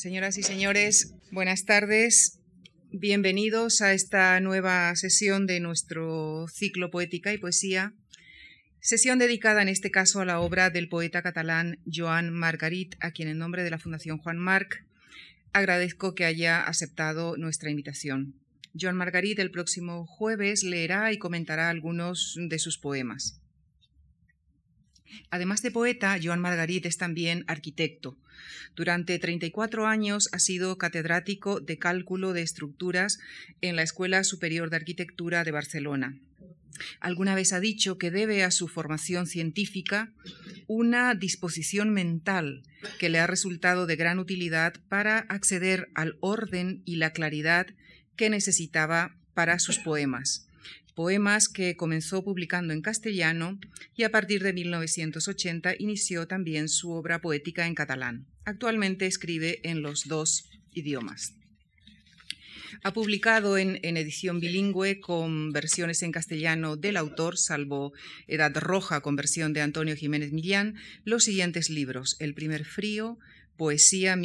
Señoras y señores, buenas tardes. Bienvenidos a esta nueva sesión de nuestro ciclo Poética y Poesía, sesión dedicada en este caso a la obra del poeta catalán Joan Margarit, a quien en nombre de la Fundación Juan March agradezco que haya aceptado nuestra invitación. Joan Margarit el próximo jueves leerá y comentará algunos de sus poemas. Además de poeta, Joan Margarit es también arquitecto. Durante 34 años ha sido catedrático de cálculo de estructuras en la Escuela Superior de Arquitectura de Barcelona. Alguna vez ha dicho que debe a su formación científica una disposición mental que le ha resultado de gran utilidad para acceder al orden y la claridad que necesitaba para sus poemas. Poemas que comenzó publicando en castellano y a partir de 1980 inició también su obra poética en catalán. Actualmente escribe en los dos idiomas. Ha publicado en edición bilingüe con versiones en castellano del autor, salvo Edad Roja con versión de Antonio Jiménez Millán, los siguientes libros: El primer frío, Poesía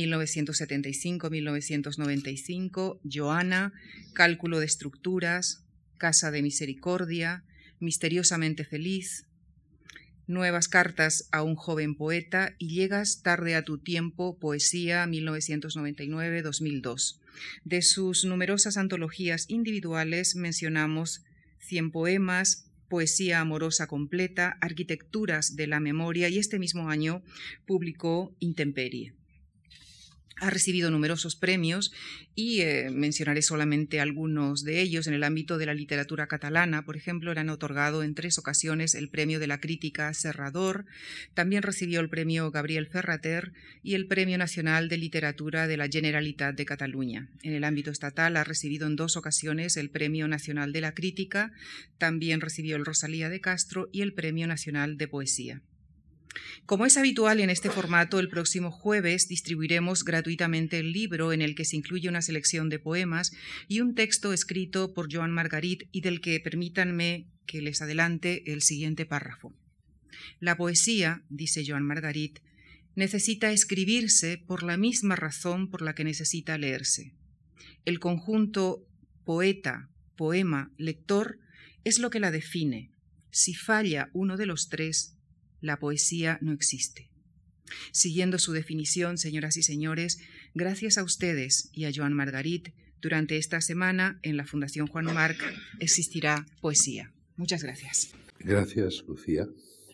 1975-1995, Joana, Cálculo de estructuras, Casa de Misericordia, Misteriosamente feliz, Nuevas cartas a un joven poeta y Llegas tarde a tu tiempo, Poesía 1999-2002. De sus numerosas antologías individuales mencionamos 100 poemas, Poesía amorosa completa, Arquitecturas de la memoria y este mismo año publicó Intemperie. Ha recibido numerosos premios y mencionaré solamente algunos de ellos. En el ámbito de la literatura catalana, por ejemplo, le han otorgado en 3 ocasiones el Premio de la Crítica Serrador. También recibió el Premio Gabriel Ferrater y el Premio Nacional de Literatura de la Generalitat de Cataluña. En el ámbito estatal ha recibido en 2 ocasiones el Premio Nacional de la Crítica. También recibió el Rosalía de Castro y el Premio Nacional de Poesía. Como es habitual en este formato, el próximo jueves distribuiremos gratuitamente el libro en el que se incluye una selección de poemas y un texto escrito por Joan Margarit y del que permítanme que les adelante el siguiente párrafo. La poesía, dice Joan Margarit, necesita escribirse por la misma razón por la que necesita leerse. El conjunto poeta, poema, lector es lo que la define. Si falla uno de los 3, la poesía no existe. Siguiendo su definición, señoras y señores, gracias a ustedes y a Joan Margarit, durante esta semana en la Fundación Juan March existirá poesía. Muchas gracias. Gracias, Lucía.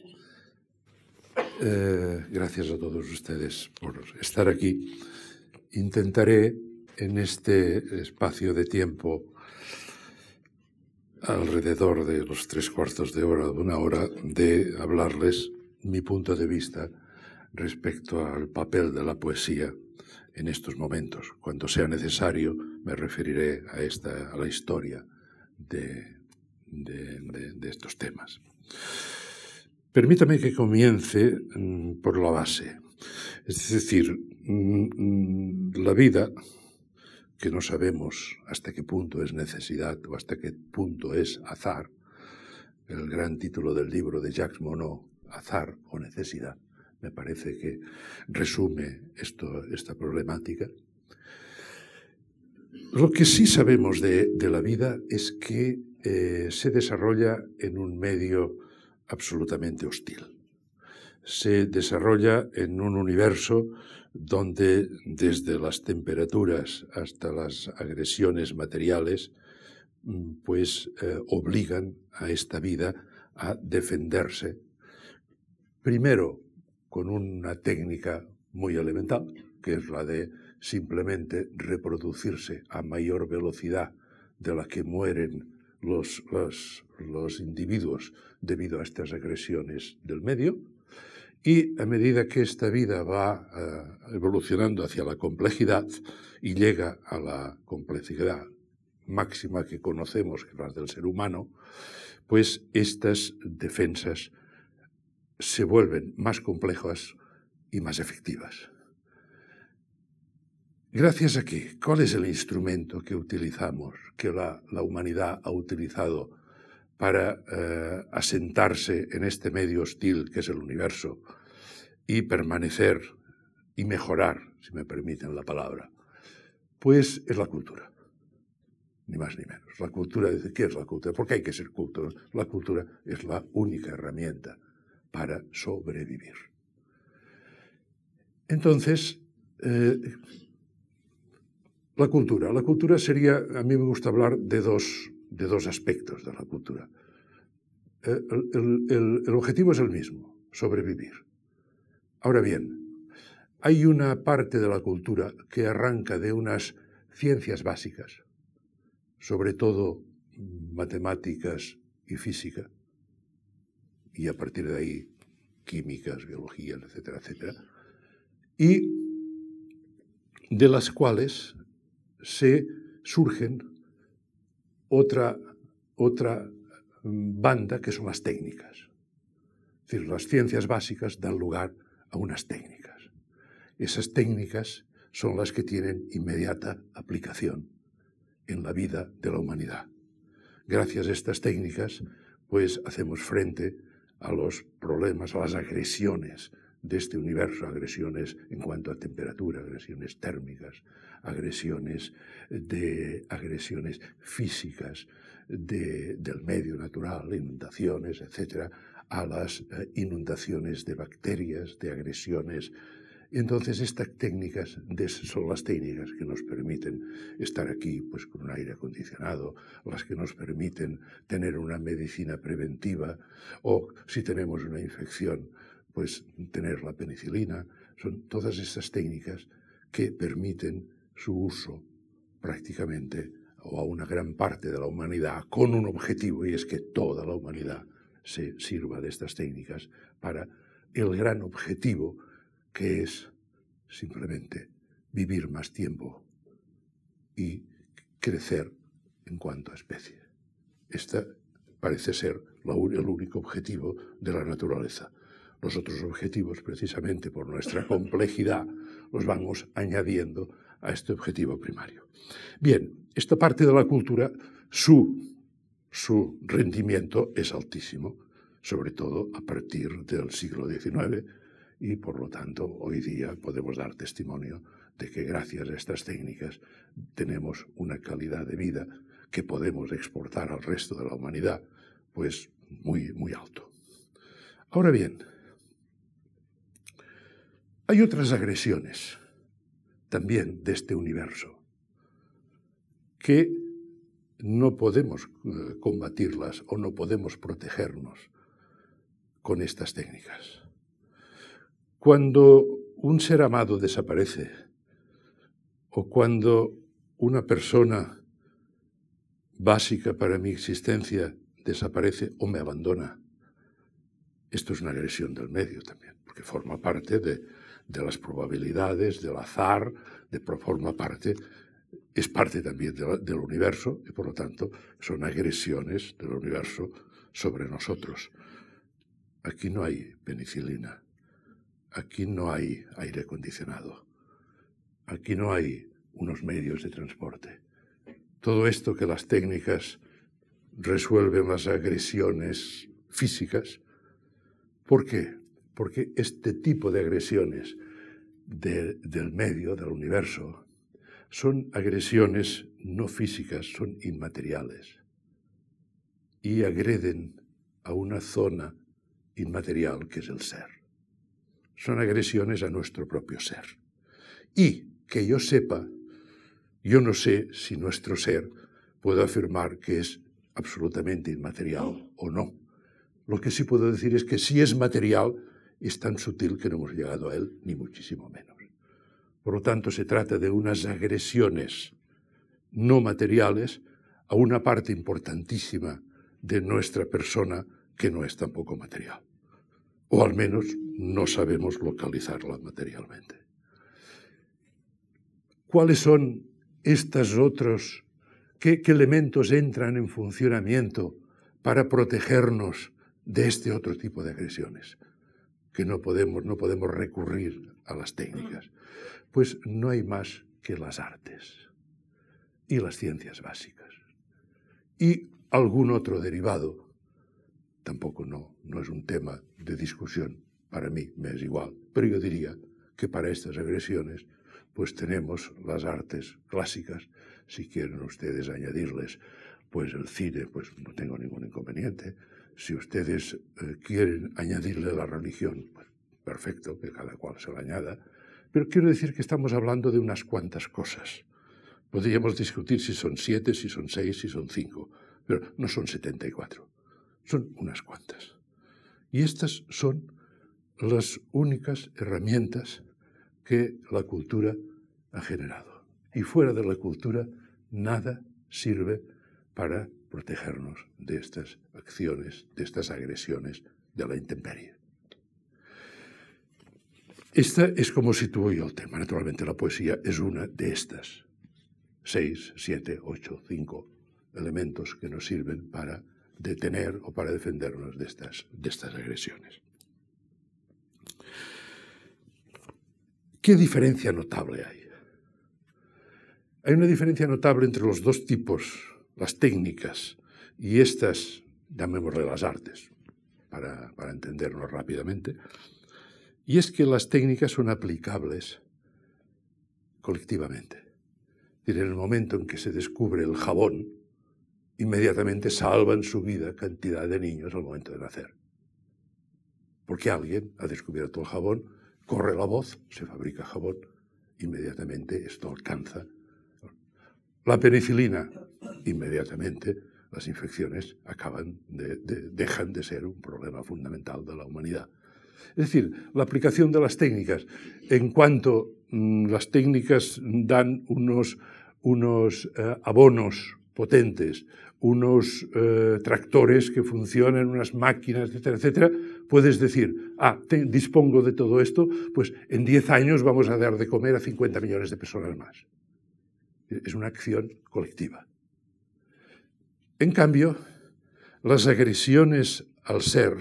Gracias a todos ustedes por estar aquí. Intentaré en este espacio de tiempo, alrededor de los 3/4 de hora, de una hora, de hablarles mi punto de vista respecto al papel de la poesía en estos momentos. Cuando sea necesario, me referiré a la historia de estos temas. Permítame que comience por la base. Es decir, la vida, que no sabemos hasta qué punto es necesidad o hasta qué punto es azar, el gran título del libro de Jacques Monod, Azar o necesidad, me parece que resume esta problemática. Lo que sí sabemos de la vida es que se desarrolla en un medio absolutamente hostil. Se desarrolla en un universo donde desde las temperaturas hasta las agresiones materiales pues obligan a esta vida a defenderse, primero con una técnica muy elemental, que es la de simplemente reproducirse a mayor velocidad de la que mueren los individuos debido a estas agresiones del medio. Y a medida que esta vida va evolucionando hacia la complejidad y llega a la complejidad máxima que conocemos, que es la del ser humano, pues estas defensas se vuelven más complejas y más efectivas. ¿Gracias a qué? ¿Cuál es el instrumento que utilizamos, que la humanidad ha utilizado para asentarse en este medio hostil que es el universo y permanecer y mejorar si me permiten la palabra, pues es la cultura. Ni más ni menos. La cultura, dice, ¿qué es la cultura? ¿Por qué hay que ser culto? La cultura es la única herramienta para sobrevivir. Entonces, la cultura sería, a mí me gusta hablar de dos aspectos de la cultura. El objetivo es el mismo, sobrevivir. Ahora bien, hay una parte de la cultura que arranca de unas ciencias básicas, sobre todo matemáticas y física, y a partir de ahí químicas, biología, etcétera, etcétera, y de las cuales se surgen otra banda que son las técnicas. Es decir, las ciencias básicas dan lugar a unas técnicas. Esas técnicas son las que tienen inmediata aplicación en la vida de la humanidad. Gracias a estas técnicas, pues hacemos frente a los problemas, a las agresiones de este universo, agresiones en cuanto a temperatura, agresiones térmicas, agresiones físicas del medio natural, inundaciones, etcétera, a las inundaciones de bacterias, de agresiones. Entonces, estas técnicas son las técnicas que nos permiten estar aquí pues, con un aire acondicionado, las que nos permiten tener una medicina preventiva, o si tenemos una infección, pues tener la penicilina. Son todas estas técnicas que permiten su uso prácticamente o a una gran parte de la humanidad con un objetivo, y es que toda la humanidad se sirva de estas técnicas para el gran objetivo que es simplemente vivir más tiempo y crecer en cuanto a especie. Este parece ser el único objetivo de la naturaleza. Los otros objetivos, precisamente por nuestra complejidad, los vamos añadiendo a este objetivo primario. Bien, esta parte de la cultura, su rendimiento es altísimo, sobre todo a partir del siglo XIX, y por lo tanto hoy día podemos dar testimonio de que gracias a estas técnicas tenemos una calidad de vida que podemos exportar al resto de la humanidad, pues muy, muy alto. Ahora bien, hay otras agresiones también de este universo que no podemos combatirlas o no podemos protegernos con estas técnicas. Cuando un ser amado desaparece o cuando una persona básica para mi existencia desaparece o me abandona, esto es una agresión del medio también, porque forma parte de las probabilidades, del azar, es parte también del universo y por lo tanto son agresiones del universo sobre nosotros. Aquí no hay penicilina, aquí no hay aire acondicionado, aquí no hay unos medios de transporte. Todo esto que las técnicas resuelven las agresiones físicas, ¿por qué? Porque este tipo de agresiones del medio, del universo, son agresiones no físicas, son inmateriales y agreden a una zona inmaterial que es el ser. Son agresiones a nuestro propio ser. Y que yo sepa, yo no sé si nuestro ser puedo afirmar que es absolutamente inmaterial o no. Lo que sí puedo decir es que si es material, es tan sutil que no hemos llegado a él, ni muchísimo menos. Por lo tanto, se trata de unas agresiones no materiales a una parte importantísima de nuestra persona que no es tampoco material. O al menos no sabemos localizarla materialmente. ¿Cuáles son estos otros? ¿Qué elementos entran en funcionamiento para protegernos de este otro tipo de agresiones? Que no podemos recurrir a las técnicas. Pues no hay más que las artes y las ciencias básicas. Y algún otro derivado, tampoco no es un tema de discusión, para mí me es igual, pero yo diría que para estas agresiones pues tenemos las artes clásicas. Si quieren ustedes añadirles pues el cine, pues no tengo ningún inconveniente. Si ustedes quieren añadirle la religión, pues perfecto, que cada cual se la añada. Pero quiero decir que estamos hablando de unas cuantas cosas. Podríamos discutir si son 7, si son 6, si son 5, pero no son 74. Son unas cuantas. Y estas son las únicas herramientas que la cultura ha generado. Y fuera de la cultura, nada sirve para protegernos de estas acciones, de estas agresiones de la intemperie. Esta es como sitúo yo el tema. Naturalmente, la poesía es una de estas 6, 7, 8, 5 elementos que nos sirven para detener o para defendernos de estas agresiones. ¿Qué diferencia notable hay? Hay una diferencia notable entre los dos tipos, las técnicas y estas, llamémosle las artes, para entendernos rápidamente, y es que las técnicas son aplicables colectivamente. Es decir, en el momento en que se descubre el jabón, inmediatamente salvan su vida cantidad de niños al momento de nacer. Porque alguien ha descubierto el jabón, corre la voz, se fabrica jabón, inmediatamente esto alcanza. La penicilina, inmediatamente las infecciones dejan de ser un problema fundamental de la humanidad. Es decir, la aplicación de las técnicas, en cuanto las técnicas dan unos abonos potentes, unos tractores que funcionan, unas máquinas, etcétera, etcétera, puedes decir, dispongo de todo esto, pues en 10 años vamos a dar de comer a 50 millones de personas más. Es una acción colectiva. En cambio, las agresiones al ser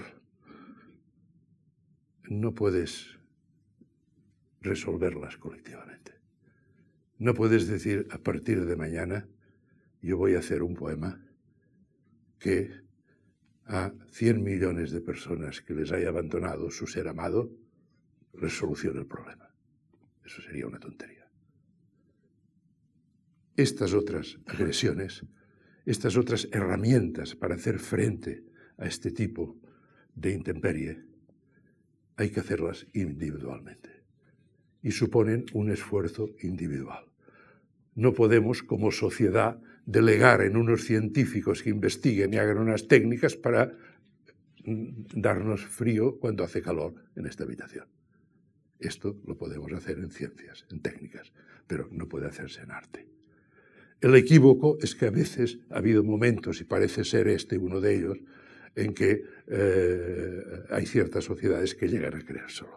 no puedes resolverlas colectivamente. No puedes decir, a partir de mañana yo voy a hacer un poema que a 100 millones de personas que les haya abandonado su ser amado les solucione el problema. Eso sería una tontería. Estas otras agresiones, estas otras herramientas para hacer frente a este tipo de intemperie, hay que hacerlas individualmente y suponen un esfuerzo individual. No podemos, como sociedad, delegar en unos científicos que investiguen y hagan unas técnicas para darnos frío cuando hace calor en esta habitación. Esto lo podemos hacer en ciencias, en técnicas, pero no puede hacerse en arte. El equívoco es que a veces ha habido momentos, y parece ser este uno de ellos, en que hay ciertas sociedades que llegan a creérselo.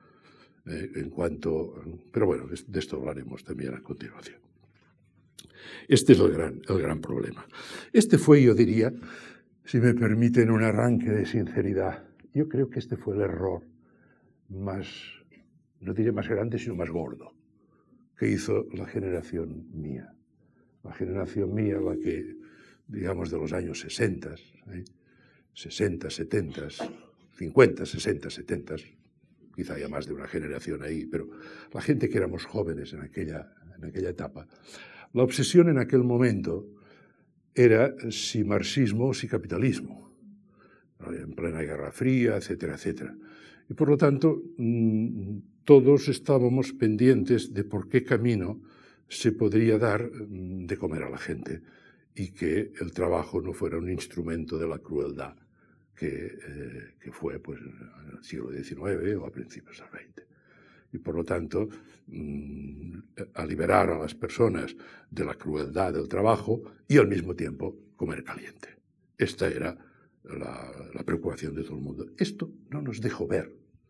Pero bueno, de esto hablaremos también a continuación. Este es el gran problema. Este fue, yo diría, si me permiten un arranque de sinceridad, yo creo que este fue el error más, no diré más grande, sino más gordo, que hizo la generación mía. La generación mía, la que, digamos, de los años 60, 60, 70, 50, 60, 70, quizá haya más de una generación ahí, pero la gente que éramos jóvenes en aquella etapa, la obsesión en aquel momento era si marxismo o si capitalismo, en plena Guerra Fría, etcétera, etcétera. Y por lo tanto, todos estábamos pendientes de por qué camino se podría dar de comer a la gente y que el trabajo no fuera un instrumento de la crueldad que fue pues, en el siglo XIX o a principios del XX. Y por lo tanto, a liberar a las personas de la crueldad del trabajo y al mismo tiempo comer caliente. Esta era la preocupación de todo el mundo. Esto no nos dejó ver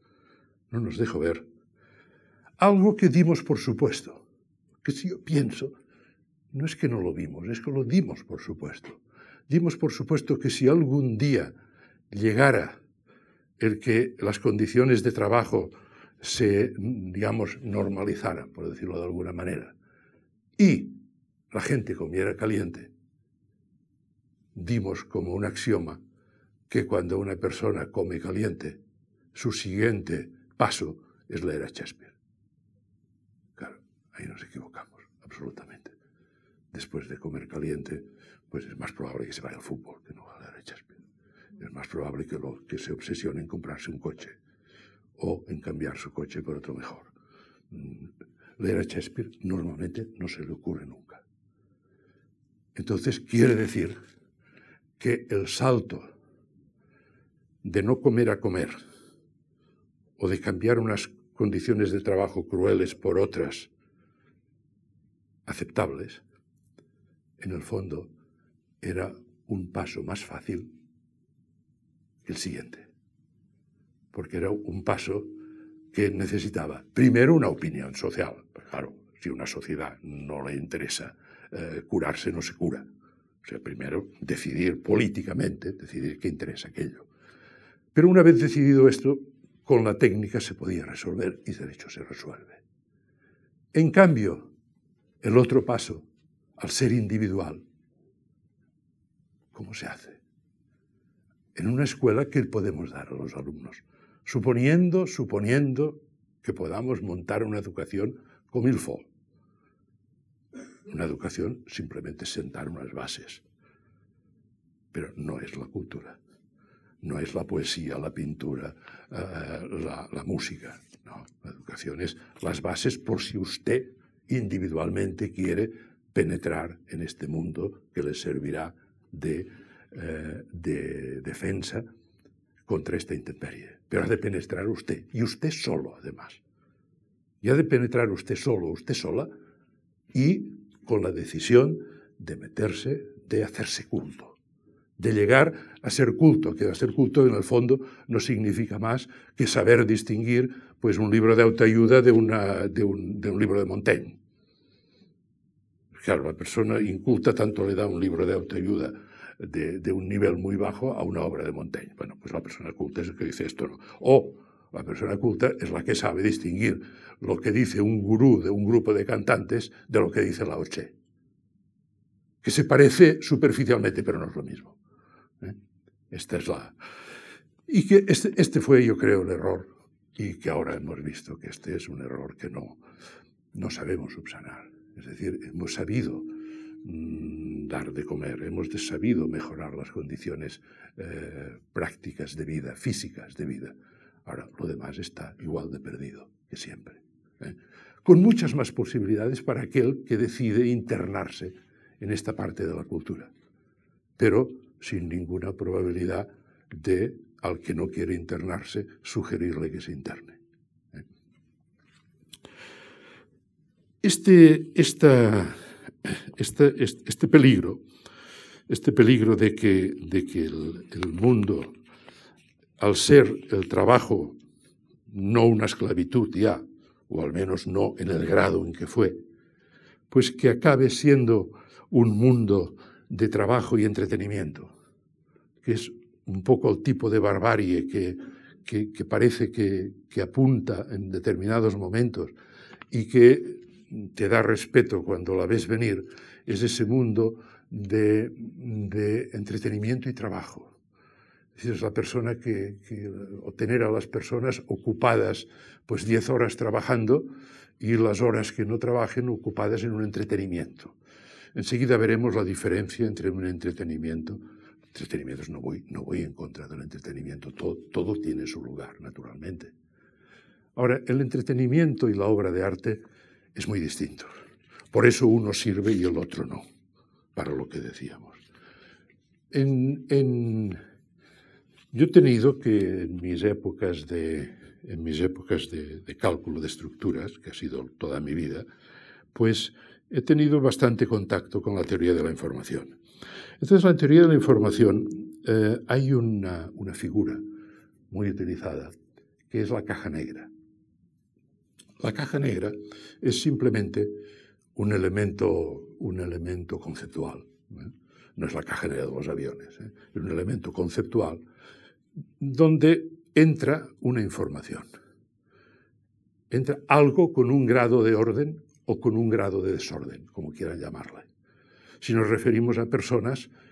algo que dimos por supuesto, que si yo pienso, no es que no lo vimos, es que lo dimos por supuesto. Dimos por supuesto que si algún día llegara el que las condiciones de trabajo se, digamos, normalizaran, por decirlo de alguna manera, y la gente comiera caliente, dimos como un axioma que cuando una persona come caliente, su siguiente paso es leer a Shakespeare. Claro, ahí nos equivocamos, absolutamente. Después de comer caliente, pues es más probable que se vaya al fútbol que no a leer a Shakespeare. Es más probable que se obsesione en comprarse un coche o en cambiar su coche por otro mejor. Leer a Shakespeare normalmente no se le ocurre nunca. Entonces quiere decir que el salto de no comer a comer o de cambiar unas condiciones de trabajo crueles por otras aceptables, en el fondo era un paso más fácil que el siguiente, porque era un paso que necesitaba primero una opinión social. Claro, si a una sociedad no le interesa curarse, no se cura. O sea, primero decidir políticamente, decidir qué interesa aquello. Pero una vez decidido esto, con la técnica se podía resolver y de hecho se resuelve. En cambio, el otro paso, al ser individual, ¿cómo se hace? En una escuela, ¿qué podemos dar a los alumnos? Suponiendo que podamos montar una educación como il faut. Una educación simplemente sentar unas bases. Pero no es la cultura. No es la poesía, la pintura, la música. No, la educación es las bases por si usted individualmente quiere penetrar en este mundo que le servirá de defensa contra esta intemperie. Pero ha de penetrar usted, y usted solo, además. Y ha de penetrar usted solo, usted sola, y con la decisión de meterse, de hacerse culto. De llegar a ser culto, que hacer culto en el fondo no significa más que saber distinguir pues, un libro de autoayuda de un libro de Montaigne. Claro, la persona inculta tanto le da un libro de autoayuda de un nivel muy bajo a una obra de Montaigne. Bueno, pues la persona culta es el que dice esto, ¿no? O la persona culta es la que sabe distinguir lo que dice un gurú de un grupo de cantantes de lo que dice Lao Tse, que se parece superficialmente, pero no es lo mismo. Esta es la... Y que este fue, yo creo, el error, y que ahora hemos visto que este es un error que no sabemos subsanar. Es decir, hemos sabido dar de comer, hemos sabido mejorar las condiciones prácticas de vida, físicas de vida. Ahora, lo demás está igual de perdido que siempre. Con muchas más posibilidades para aquel que decide internarse en esta parte de la cultura, pero sin ninguna probabilidad de, al que no quiere internarse, sugerirle que se interne. Este peligro de que el mundo, al ser el trabajo no una esclavitud ya, o al menos no en el grado en que fue, pues que acabe siendo un mundo de trabajo y entretenimiento, que es un poco el tipo de barbarie que parece que apunta en determinados momentos y que te da respeto cuando la ves venir, es ese mundo de entretenimiento y trabajo. Es decir, es la persona o tener a las personas ocupadas pues 10 horas trabajando y las horas que no trabajen ocupadas en un entretenimiento. Enseguida veremos la diferencia entre un entretenimiento. Entretenimientos, no voy en contra del entretenimiento, todo tiene su lugar, naturalmente. Ahora, el entretenimiento y la obra de arte es muy distinto. Por eso uno sirve y el otro no, para lo que decíamos. Yo he tenido que en mis épocas de cálculo de estructuras, que ha sido toda mi vida, pues he tenido bastante contacto con la teoría de la información. Entonces, en la teoría de la información hay una figura muy utilizada, que es la caja negra. La caja negra es simplemente un elemento conceptual. No es la caja negra de los aviones, es un elemento conceptual donde entra una información. Entra algo con un grado de orden o con un grado de desorden, como quieran llamarle. Si nos referimos a personas,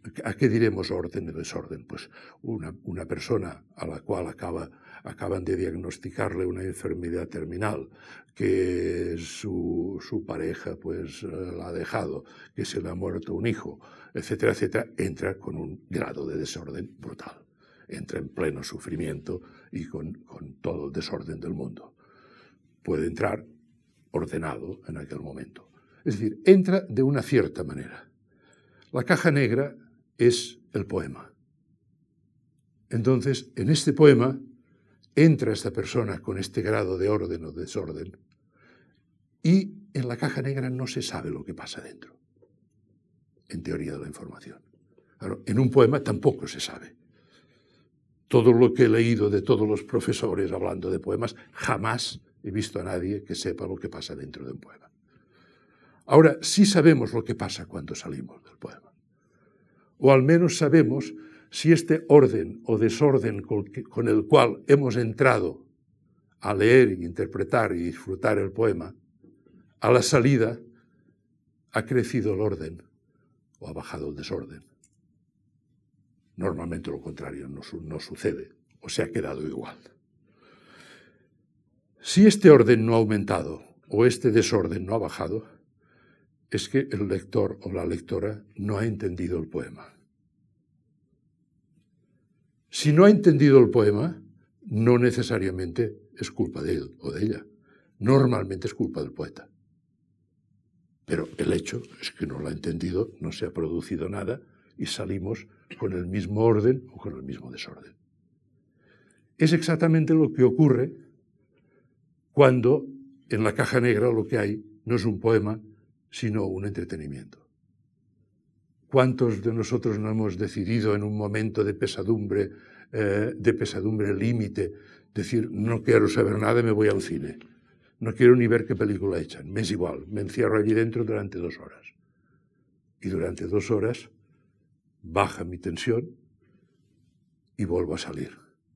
¿A qué diremos orden y desorden? Pues una persona a la cual acaban de diagnosticarle una enfermedad terminal, que su pareja pues la ha dejado, que se le ha muerto un hijo, etcétera, etcétera, entra con un grado de desorden brutal. Entra en pleno sufrimiento y con todo el desorden del mundo. Puede entrar ordenado en aquel momento. Es decir, entra de una cierta manera. La caja negra es el poema. Entonces, en este poema entra esta persona con este grado de orden o desorden y en la caja negra no se sabe lo que pasa dentro, en teoría de la información. Claro, en un poema tampoco se sabe. Todo lo que he leído de todos los profesores hablando de poemas, jamás he visto a nadie que sepa lo que pasa dentro de un poema. Ahora, sí sabemos lo que pasa cuando salimos del poema. O al menos sabemos si este orden o desorden con el cual hemos entrado a leer, interpretar y disfrutar el poema, a la salida ha crecido el orden o ha bajado el desorden. Normalmente lo contrario no sucede o se ha quedado igual. Si este orden no ha aumentado o este desorden no ha bajado, es que el lector o la lectora no ha entendido el poema. Si no ha entendido el poema, no necesariamente es culpa de él o de ella. Normalmente es culpa del poeta. Pero el hecho es que no lo ha entendido, no se ha producido nada y salimos con el mismo orden o con el mismo desorden. Es exactamente lo que ocurre cuando en la caja negra lo que hay no es un poema, sino un entretenimiento. ¿Cuántos de nosotros no hemos decidido en un momento de pesadumbre límite, decir, no quiero saber nada y me voy al cine? No quiero ni ver qué película echan, me es igual, me encierro allí dentro durante 2 horas. Y durante 2 horas baja mi tensión y vuelvo a salir.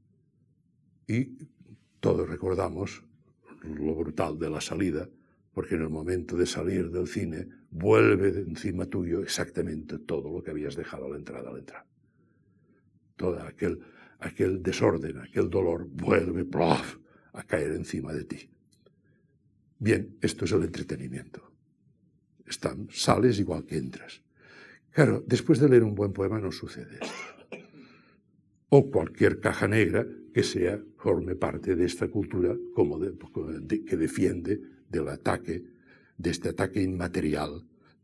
Y todos recordamos lo brutal de la salida, porque en el momento de salir del cine vuelve de encima tuyo exactamente todo lo que habías dejado a la entrada al entrar. Todo aquel desorden, aquel dolor vuelve ¡plaf!, a caer encima de ti. Bien, esto es el entretenimiento. Sales igual que entras. Claro, después de leer un buen poema no sucede esto. O cualquier caja negra que forme parte de esta cultura que defiende de este ataque inmaterial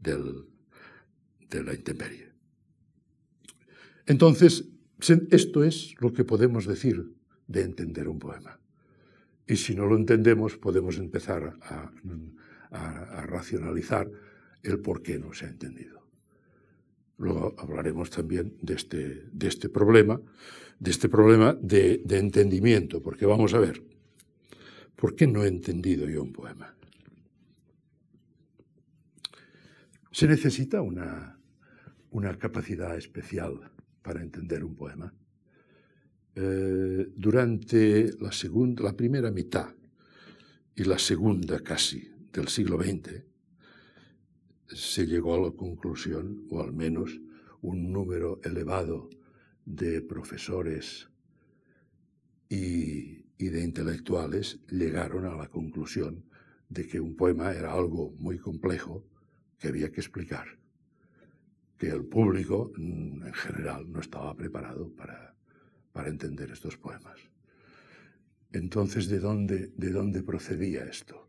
de la intemperie. Entonces, esto es lo que podemos decir de entender un poema. Y si no lo entendemos, podemos empezar a racionalizar el por qué no se ha entendido. Luego hablaremos también de este problema de entendimiento, porque vamos a ver, ¿por qué no he entendido yo un poema? ¿Se necesita una capacidad especial para entender un poema? Durante la primera mitad y la segunda casi del siglo XX, se llegó a la conclusión, o al menos un número elevado de profesores y de intelectuales llegaron a la conclusión de que un poema era algo muy complejo que había que explicar, que el público en general no estaba preparado para entender estos poemas. Entonces, ¿de dónde procedía esto?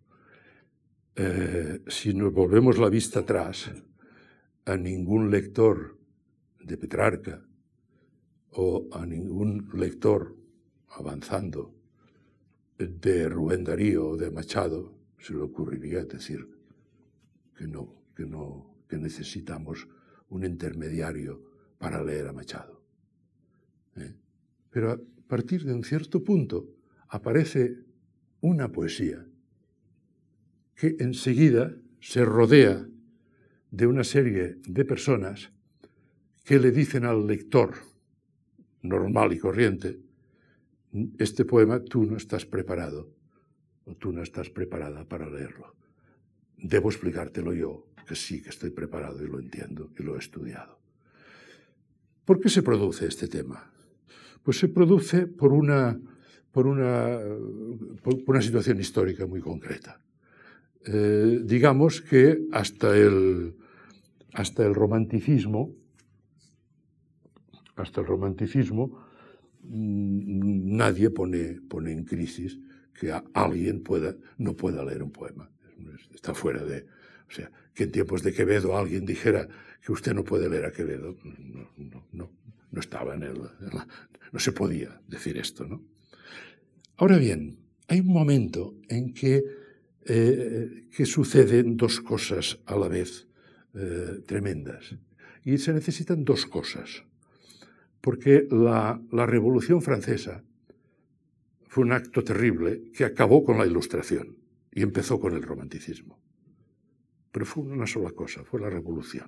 Si nos volvemos la vista atrás, a ningún lector de Petrarca o a ningún lector avanzando de Rubén Darío o de Machado se le ocurriría decir que necesitamos un intermediario para leer a Machado. Pero a partir de un cierto punto aparece una poesía que enseguida se rodea de una serie de personas que le dicen al lector normal y corriente, este poema tú no estás preparado o tú no estás preparada para leerlo. Debo explicártelo yo, que sí que estoy preparado y lo entiendo y lo he estudiado. ¿Por qué se produce este tema? Pues se produce por una situación histórica muy concreta. Digamos que hasta el romanticismo, nadie pone en crisis que alguien no pueda leer un poema. Está fuera de... O sea, que en tiempos de Quevedo alguien dijera que usted no puede leer a Quevedo, no estaba no se podía decir esto, ¿no? Ahora bien, hay un momento en que suceden dos cosas a la vez tremendas. Y se necesitan dos cosas. Porque la Revolución Francesa fue un acto terrible que acabó con la Ilustración y empezó con el Romanticismo. Pero fue una sola cosa, fue la Revolución.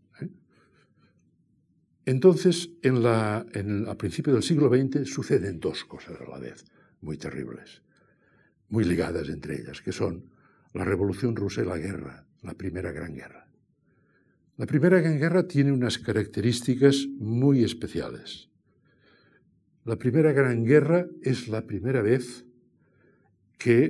Entonces, a principios del siglo XX suceden dos cosas a la vez, muy terribles, muy ligadas entre ellas, que son la Revolución Rusa y la guerra, la Primera Gran Guerra. La Primera Gran Guerra tiene unas características muy especiales. La Primera Gran Guerra es la primera vez que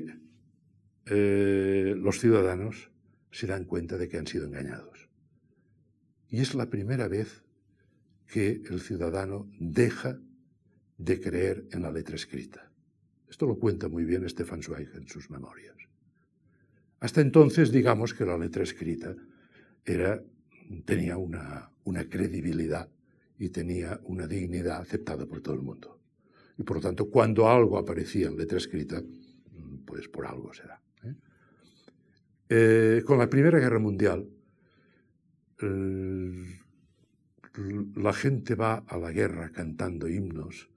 los ciudadanos se dan cuenta de que han sido engañados. Y es la primera vez que el ciudadano deja de creer en la letra escrita. Esto lo cuenta muy bien Stefan Zweig en sus memorias. Hasta entonces, digamos que la letra escrita tenía una credibilidad y tenía una dignidad aceptada por todo el mundo. Y por lo tanto, cuando algo aparecía en letra escrita, pues por algo será. Con la Primera Guerra Mundial, la gente va a la guerra cantando himnos,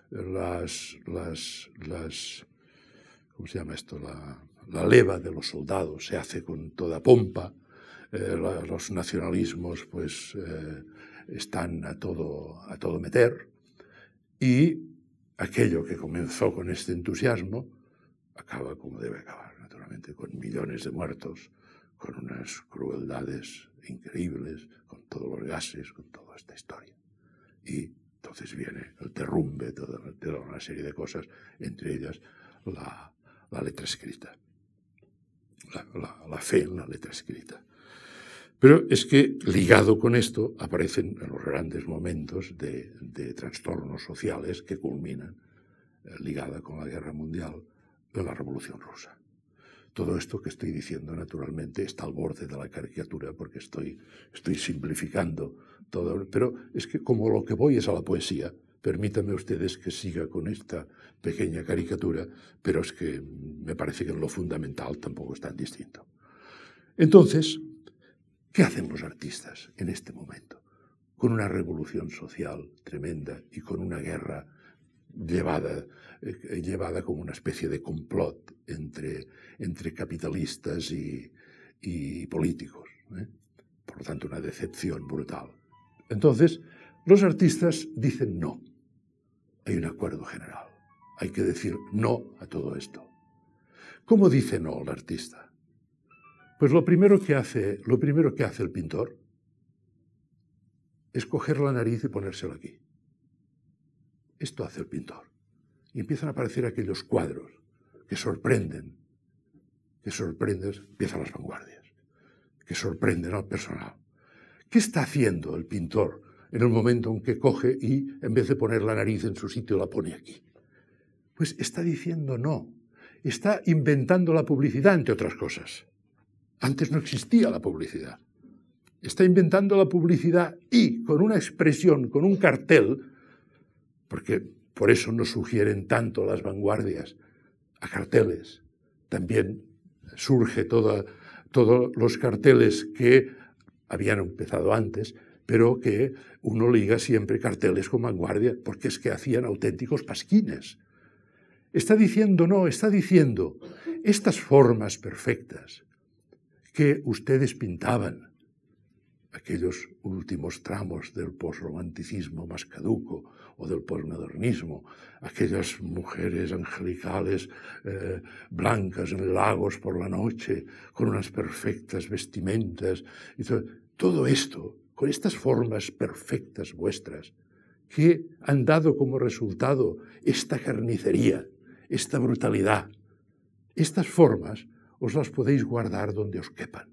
¿cómo se llama esto? La leva de los soldados se hace con toda pompa, los nacionalismos pues están a todo meter, y aquello que comenzó con este entusiasmo acaba como debe acabar, naturalmente, con millones de muertos, con unas crueldades increíbles, con todos los gases, con toda esta historia. Y entonces viene el derrumbe, toda una serie de cosas, entre ellas la letra escrita, la fe en la letra escrita. Pero es que, ligado con esto, aparecen los grandes momentos de trastornos sociales que culminan, ligada con la Guerra Mundial, en la Revolución Rusa. Todo esto que estoy diciendo, naturalmente, está al borde de la caricatura, porque estoy simplificando todo. Pero es que como lo que voy es a la poesía, permítanme ustedes que siga con esta pequeña caricatura, pero es que me parece que en lo fundamental tampoco es tan distinto. Entonces, ¿qué hacen los artistas en este momento? Con una revolución social tremenda y con una guerra llevada como una especie de complot entre capitalistas y políticos. Por lo tanto, una decepción brutal. Entonces, los artistas dicen no. Hay un acuerdo general. Hay que decir no a todo esto. ¿Cómo dice no el artista? Pues lo primero que hace el pintor es coger la nariz y ponérsela aquí. Esto hace el pintor. Y empiezan a aparecer aquellos cuadros que sorprenden, empiezan las vanguardias, que sorprenden al personal. ¿Qué está haciendo el pintor en el momento en que coge y, en vez de poner la nariz en su sitio, la pone aquí? Pues está diciendo no. Está inventando la publicidad, entre otras cosas. Antes no existía la publicidad. Está inventando la publicidad y con una expresión, con un cartel, porque por eso nos sugieren tanto las vanguardias a carteles. También surge todos los carteles que habían empezado antes, pero que uno liga siempre carteles con vanguardia, porque es que hacían auténticos pasquines. Está diciendo no, está diciendo estas formas perfectas que ustedes pintaban, aquellos últimos tramos del posromanticismo más caduco o del posmodernismo, aquellas mujeres angelicales blancas en lagos por la noche, con unas perfectas vestimentas. Y todo esto con estas formas perfectas vuestras, que han dado como resultado esta carnicería, esta brutalidad, estas formas os las podéis guardar donde os quepan.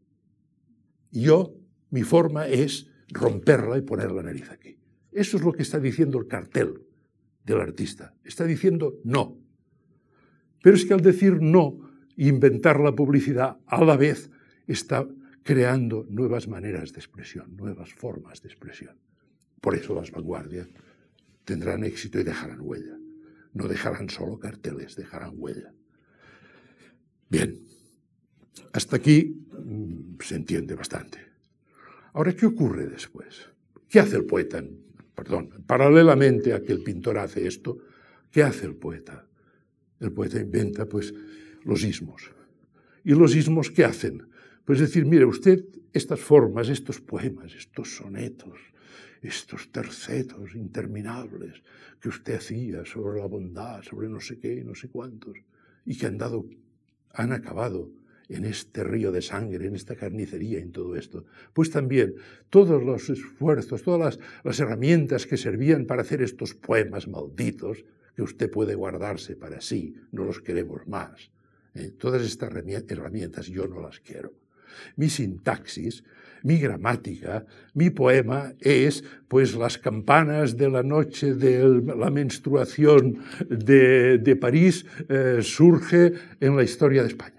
Mi forma es romperla y poner la nariz aquí. Eso es lo que está diciendo el cartel del artista. Está diciendo no. Pero es que al decir no, inventar la publicidad, a la vez está creando nuevas maneras de expresión, nuevas formas de expresión. Por eso las vanguardias tendrán éxito y dejarán huella. No dejarán solo carteles, dejarán huella. Bien, hasta aquí se entiende bastante. Ahora, ¿qué ocurre después? ¿Qué hace el poeta? Paralelamente a que el pintor hace esto, ¿qué hace el poeta? El poeta inventa, pues, los ismos. ¿Y los ismos qué hacen? Pues decir, mire, usted estas formas, estos poemas, estos sonetos, estos tercetos interminables que usted hacía sobre la bondad, sobre no sé qué, no sé cuántos, y que han acabado en este río de sangre, en esta carnicería, en todo esto. Pues también todos los esfuerzos, todas las herramientas que servían para hacer estos poemas malditos, que usted puede guardarse para sí, no los queremos más. Todas estas herramientas yo no las quiero. Mi sintaxis, mi gramática, mi poema es, pues, las campanas de la noche de la menstruación de París surge en la historia de España.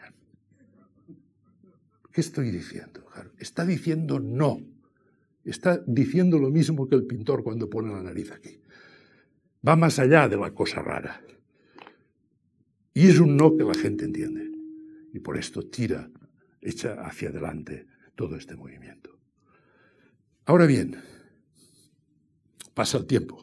¿Qué estoy diciendo? Está diciendo no. Está diciendo lo mismo que el pintor cuando pone la nariz aquí. Va más allá de la cosa rara. Y es un no que la gente entiende. Y por esto echa hacia adelante todo este movimiento. Ahora bien, pasa el tiempo.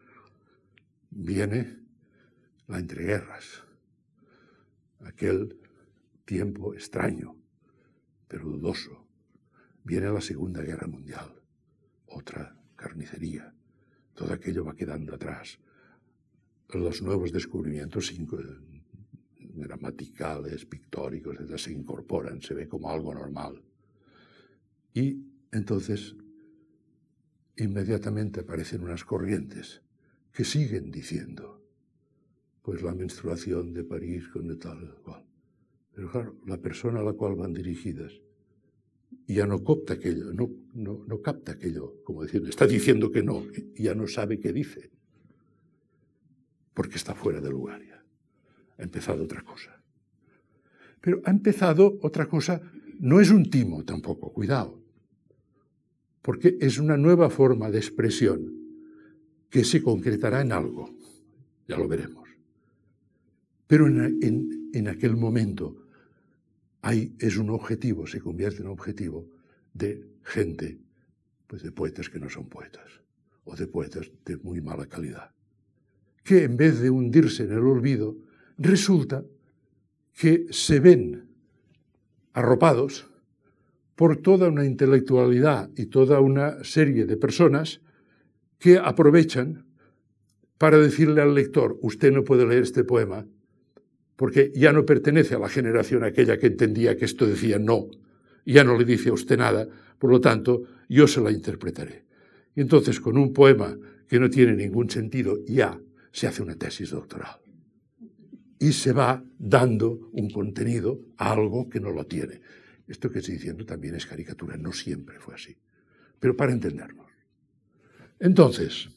Viene la entreguerras. Aquel tiempo extraño, pero dudoso. Viene la Segunda Guerra Mundial, otra carnicería. Todo aquello va quedando atrás. Los nuevos descubrimientos gramaticales, pictóricos, etc., se incorporan, se ve como algo normal. Y entonces, inmediatamente aparecen unas corrientes que siguen diciendo, pues la menstruación de París con de tal cual. Pero claro, la persona a la cual van dirigidas ya no capta aquello, no capta aquello, como diciendo, está diciendo que no, y ya no sabe qué dice, porque está fuera de lugar ya. Ha empezado otra cosa. Pero ha empezado otra cosa, no es un timo tampoco, cuidado, porque es una nueva forma de expresión que se concretará en algo, ya lo veremos. Pero en aquel momento es un objetivo, se convierte en un objetivo de gente, pues de poetas que no son poetas, o de poetas de muy mala calidad, que en vez de hundirse en el olvido, resulta que se ven arropados por toda una intelectualidad y toda una serie de personas que aprovechan para decirle al lector, usted no puede leer este poema porque ya no pertenece a la generación aquella que entendía que esto decía no, ya no le dice a usted nada, por lo tanto, yo se la interpretaré. Y entonces, con un poema que no tiene ningún sentido, ya se hace una tesis doctoral. Y se va dando un contenido a algo que no lo tiene. Esto que estoy diciendo también es caricatura, no siempre fue así. Pero para entendernos. Entonces,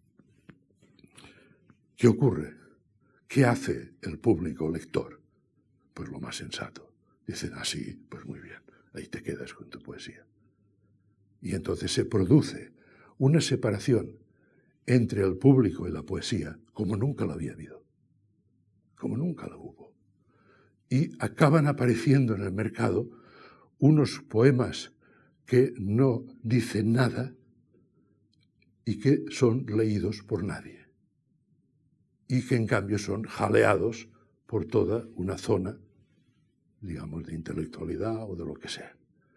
¿qué ocurre? ¿Qué hace el público lector? Pues lo más sensato. Dicen, sí, pues muy bien, ahí te quedas con tu poesía. Y entonces se produce una separación entre el público y la poesía como nunca la había habido, como nunca la hubo. Y acaban apareciendo en el mercado unos poemas que no dicen nada y que son leídos por nadie. Y que en cambio son jaleados por toda una zona, digamos, de intelectualidad o de lo que sea.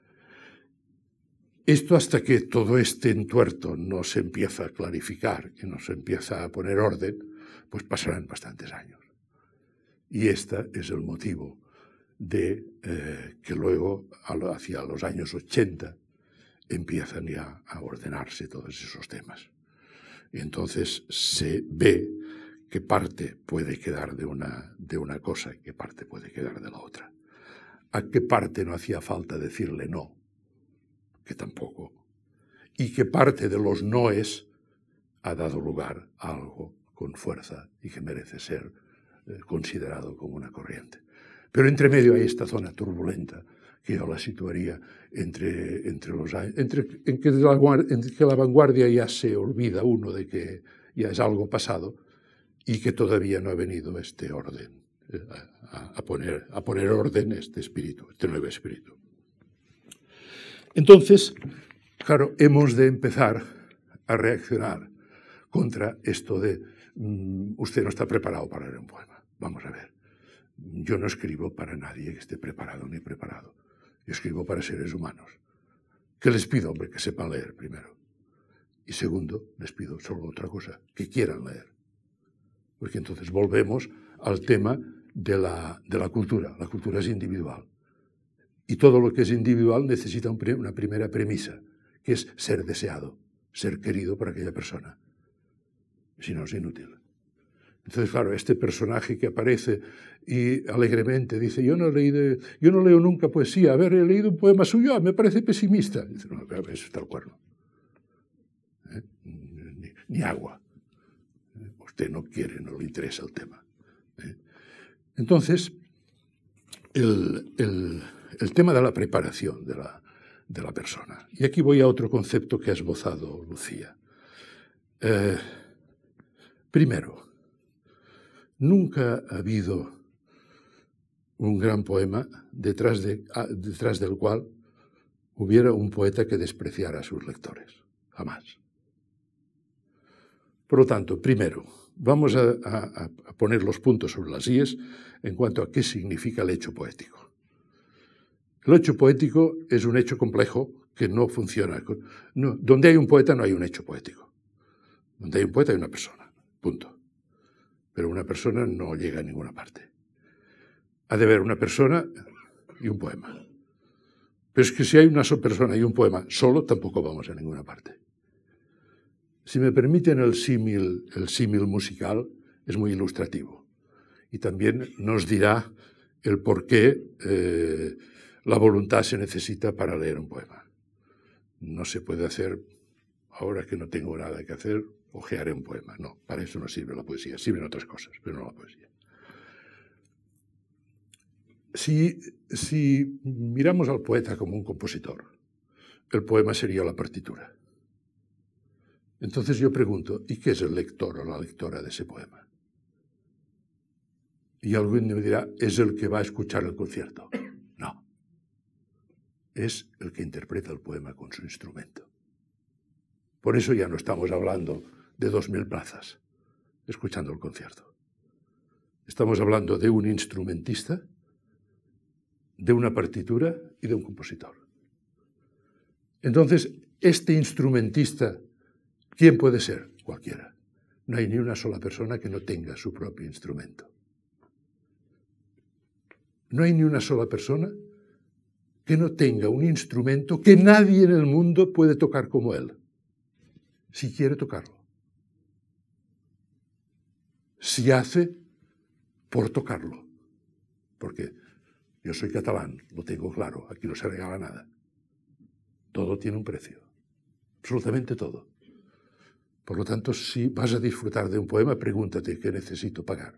Esto hasta que todo este entuerto no se empieza a clarificar, que no se empieza a poner orden, pues pasarán bastantes años. Y este es el motivo de que luego, hacia los años 80, empiezan ya a ordenarse todos esos temas. Y entonces se ve qué parte puede quedar de una cosa y qué parte puede quedar de la otra. A qué parte no hacía falta decirle no, que tampoco. Y qué parte de los noes ha dado lugar a algo con fuerza y que merece ser considerado como una corriente. Pero entre medio hay esta zona turbulenta que yo la situaría en que la vanguardia ya se olvida uno de que ya es algo pasado y que todavía no ha venido este orden, a poner orden este espíritu, este nuevo espíritu. Entonces, claro, hemos de empezar a reaccionar contra esto de usted no está preparado para leer un poema. Vamos a ver, yo no escribo para nadie que esté preparado ni preparado. Yo escribo para seres humanos. ¿Qué les pido, hombre? Que sepan leer primero. Y segundo, les pido solo otra cosa, que quieran leer. Porque entonces volvemos al tema de la cultura. La cultura es individual. Y todo lo que es individual necesita una primera premisa, que es ser deseado, ser querido por aquella persona. Si no, es inútil. Entonces, claro, este personaje que aparece y alegremente dice, yo no leo nunca poesía, he leído un poema suyo, me parece pesimista. Dice, no, claro, eso está al cuerno. Ni agua. Usted no quiere, no le interesa el tema. Entonces, el tema de la preparación de la persona. Y aquí voy a otro concepto que ha esbozado Lucía. Primero, nunca ha habido un gran poema detrás del cual hubiera un poeta que despreciara a sus lectores. Jamás. Por lo tanto, primero, vamos a poner los puntos sobre las íes en cuanto a qué significa el hecho poético. El hecho poético es un hecho complejo que no funciona. No, donde hay un poeta no hay un hecho poético. Donde hay un poeta hay una persona. Punto. Pero una persona no llega a ninguna parte. Ha de haber una persona y un poema. Pero es que si hay una sola persona y un poema solo, tampoco vamos a ninguna parte. Si me permiten el símil musical es muy ilustrativo. Y también nos dirá el por qué la voluntad se necesita para leer un poema. No se puede hacer, ahora que no tengo nada que hacer, ojearé un poema. No, para eso no sirve la poesía. Sirven otras cosas, pero no la poesía. Si miramos al poeta como un compositor, el poema sería la partitura. Entonces yo pregunto, ¿y qué es el lector o la lectora de ese poema? Y alguien me dirá, es el que va a escuchar el concierto. No. Es el que interpreta el poema con su instrumento. Por eso ya no estamos hablando de 2000 plazas escuchando el concierto. Estamos hablando de un instrumentista, de una partitura y de un compositor. Entonces, este instrumentista, ¿quién puede ser? Cualquiera. No hay ni una sola persona que no tenga su propio instrumento. No hay ni una sola persona que no tenga un instrumento que nadie en el mundo puede tocar como él, si quiere tocarlo. Si hace por tocarlo. Porque yo soy catalán, lo tengo claro, aquí no se regala nada. Todo tiene un precio, absolutamente todo. Por lo tanto, si vas a disfrutar de un poema, pregúntate qué necesito pagar.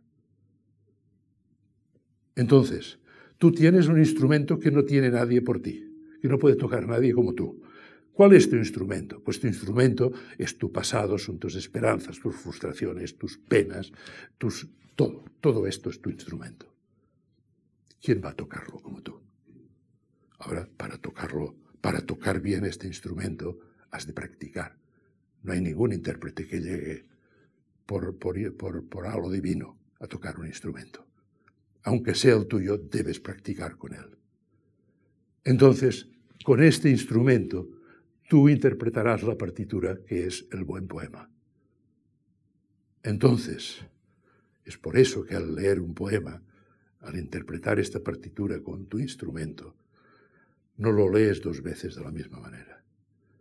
Entonces, tú tienes un instrumento que no tiene nadie por ti, que no puede tocar nadie como tú. ¿Cuál es tu instrumento? Pues tu instrumento es tu pasado, son tus esperanzas, tus frustraciones, tus penas, todo esto es tu instrumento. ¿Quién va a tocarlo como tú? Ahora, para tocar bien este instrumento, has de practicar. No hay ningún intérprete que llegue por algo divino a tocar un instrumento. Aunque sea el tuyo, debes practicar con él. Entonces, con este instrumento, tú interpretarás la partitura que es el buen poema. Entonces, es por eso que al leer un poema, al interpretar esta partitura con tu instrumento, no lo lees dos veces de la misma manera.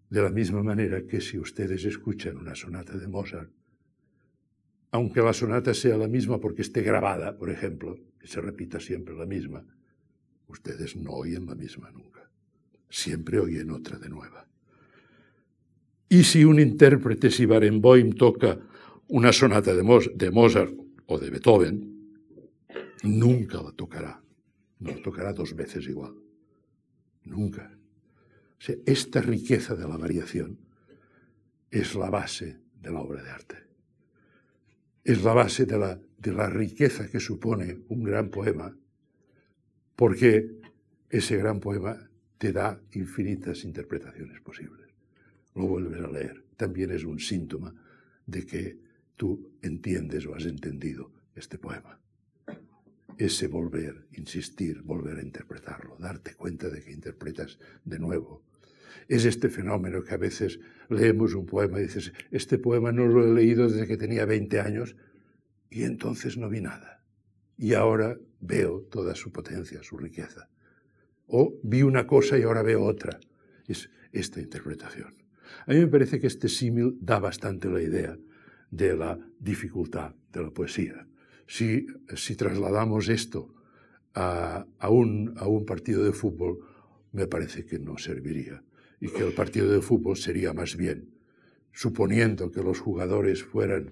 De la misma manera que si ustedes escuchan una sonata de Mozart, aunque la sonata sea la misma porque esté grabada, por ejemplo, que se repita siempre la misma, ustedes no oyen la misma nunca. Siempre oyen otra de nueva. Y si un intérprete, si Barenboim toca una sonata de Mozart o de Beethoven, nunca la tocará. No la tocará dos veces igual. Nunca. O sea, esta riqueza de la variación es la base de la obra de arte. Es la base de la riqueza que supone un gran poema, porque ese gran poema te da infinitas interpretaciones posibles. Lo vuelves a leer. También es un síntoma de que tú entiendes o has entendido este poema. Ese volver, insistir, volver a interpretarlo, darte cuenta de que interpretas de nuevo. Es este fenómeno que a veces leemos un poema y dices, este poema no lo he leído desde que tenía 20 años y entonces no vi nada. Y ahora veo toda su potencia, su riqueza. O vi una cosa y ahora veo otra. Es esta interpretación. A mí me parece que este símil da bastante la idea de la dificultad de la poesía. Si trasladamos esto a un partido de fútbol, me parece que no serviría. Y que el partido de fútbol sería más bien, suponiendo que los jugadores fueran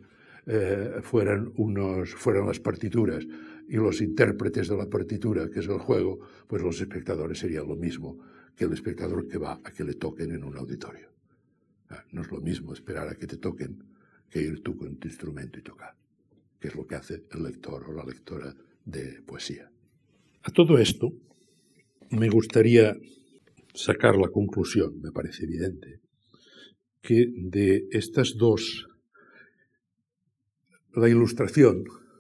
las partituras y los intérpretes de la partitura, que es el juego, pues los espectadores serían lo mismo que el espectador que va a que le toquen en un auditorio. No es lo mismo esperar a que te toquen que ir tú con tu instrumento y tocar, que es lo que hace el lector o la lectora de poesía. A todo esto me gustaría sacar la conclusión, me parece evidente, que de estas dos, la ilustración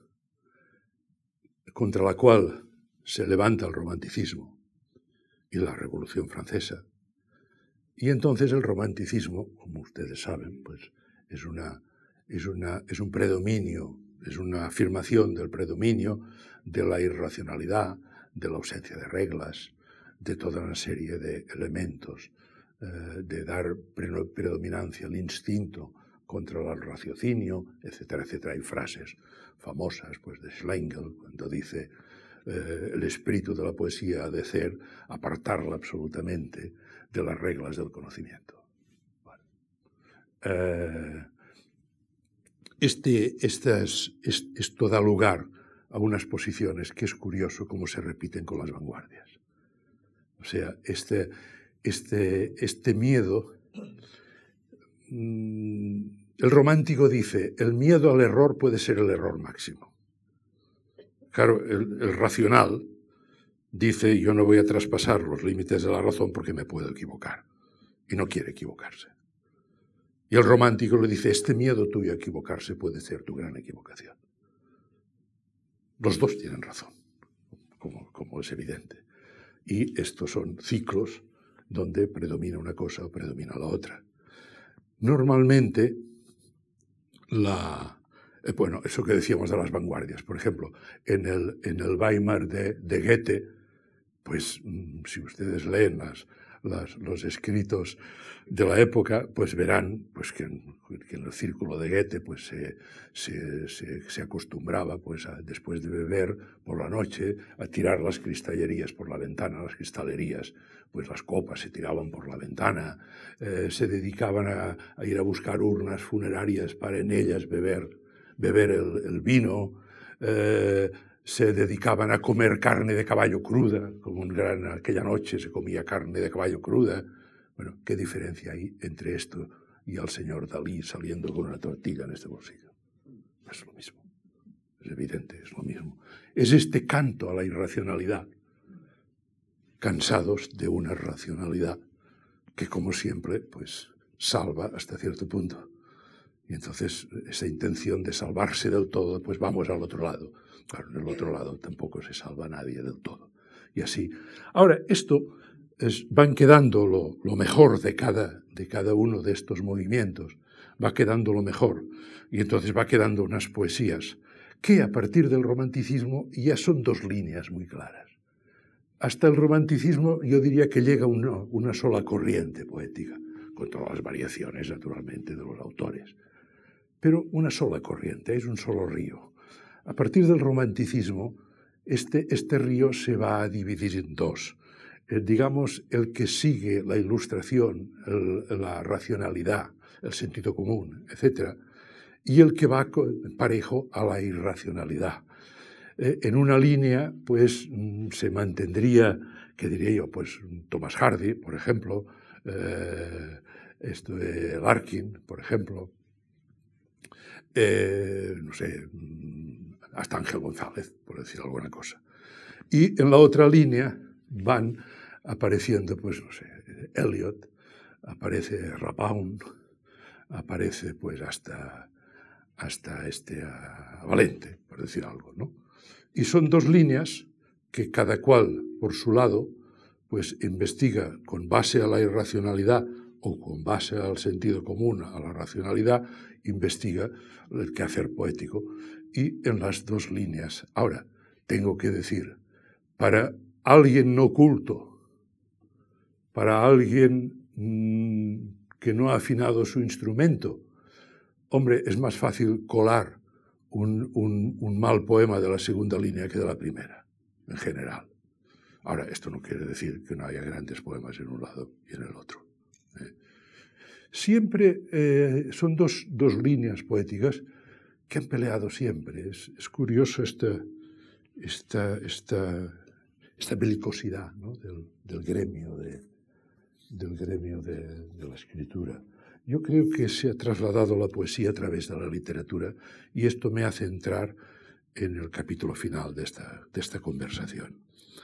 contra la cual se levanta el romanticismo y la Revolución Francesa, y entonces el romanticismo, como ustedes saben, pues es un predominio, es una afirmación del predominio de la irracionalidad, de la ausencia de reglas, de toda una serie de elementos, de dar predominancia al instinto contra el raciocinio, etcétera, etcétera. Hay frases famosas pues, de Schlegel, cuando dice el espíritu de la poesía ha de ser apartarla absolutamente de las reglas del conocimiento. Bueno. Esto da lugar a unas posiciones que es curioso cómo se repiten con las vanguardias. O sea, este miedo, el romántico dice, el miedo al error puede ser el error máximo. Claro, el racional dice, yo no voy a traspasar los límites de la razón porque me puedo equivocar. Y no quiere equivocarse. Y el romántico le dice, este miedo tuyo a equivocarse puede ser tu gran equivocación. Los dos tienen razón, como es evidente. Y estos son ciclos donde predomina una cosa o predomina la otra. Normalmente, eso que decíamos de las vanguardias, por ejemplo, en el Weimar de Goethe, pues si ustedes leen los escritos de la época, pues verán pues, que en el círculo de Goethe pues, se acostumbraba, pues, después de beber por la noche, a tirar las cristallerías por la ventana, las cristalerías, pues las copas se tiraban por la ventana, se dedicaban a ir a buscar urnas funerarias para en ellas beber el vino, se dedicaban a comer carne de caballo cruda, como aquella noche se comía carne de caballo cruda. Bueno, ¿qué diferencia hay entre esto y al señor Dalí saliendo con una tortilla en este bolsillo? Es lo mismo, es evidente, es lo mismo. Es este canto a la irracionalidad, cansados de una racionalidad que, como siempre, pues salva hasta cierto punto. Y entonces esa intención de salvarse del todo, pues vamos al otro lado. Claro, en el otro lado tampoco se salva a nadie del todo. Y así. Ahora, van quedando lo mejor de cada uno de estos movimientos. Va quedando lo mejor. Y entonces va quedando unas poesías que a partir del romanticismo ya son dos líneas muy claras. Hasta el romanticismo yo diría que llega una sola corriente poética, con todas las variaciones, naturalmente, de los autores. Pero una sola corriente, es un solo río. A partir del romanticismo, este río se va a dividir en dos. Digamos, el que sigue la ilustración, la racionalidad, el sentido común, etc., y el que va parejo a la irracionalidad. En una línea, pues, se mantendría, ¿qué diría yo? Pues Thomas Hardy, por ejemplo, Larkin, por ejemplo, no sé, hasta Ángel González, por decir alguna cosa. Y en la otra línea van apareciendo, pues, no sé, Eliot, aparece Rapaun, aparece, pues, hasta Valente, por decir algo, ¿no? Y son dos líneas que cada cual, por su lado, pues investiga con base a la irracionalidad o con base al sentido común, a la racionalidad, investiga el quehacer poético. Y en las dos líneas. Ahora, tengo que decir, para alguien no culto, para alguien que no ha afinado su instrumento, hombre, es más fácil colar un mal poema de la segunda línea que de la primera, en general. Ahora, esto no quiere decir que no haya grandes poemas en un lado y en el otro. Siempre son dos líneas poéticas que han peleado siempre. Es curioso esta belicosidad, ¿no? del gremio de la escritura. Yo creo que se ha trasladado la poesía a través de la literatura y esto me hace entrar en el capítulo final de esta conversación.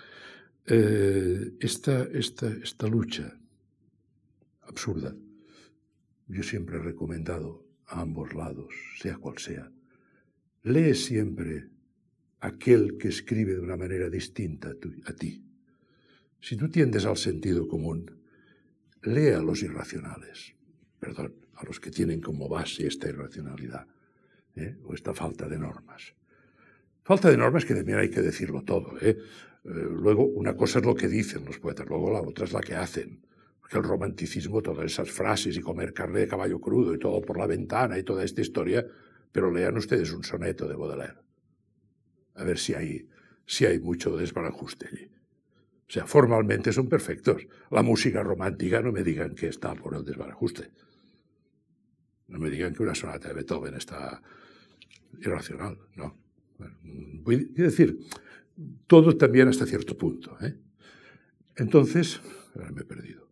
Esta lucha absurda, yo siempre he recomendado a ambos lados, sea cual sea, lee siempre aquel que escribe de una manera distinta a ti. Si tú tiendes al sentido común, lee a los irracionales, a los que tienen como base esta irracionalidad, o esta falta de normas. Falta de normas que también hay que decirlo todo. Luego, una cosa es lo que dicen los poetas, luego la otra es la que hacen. Porque el romanticismo, todas esas frases y comer carne de caballo crudo y todo por la ventana y toda esta historia, pero lean ustedes un soneto de Baudelaire. A ver si hay mucho desbarajuste allí. O sea, formalmente son perfectos. La música romántica no me digan que está por el desbarajuste. No me digan que una sonata de Beethoven está irracional, no. Voy a decir, todo también hasta cierto punto. Entonces, ahora me he perdido.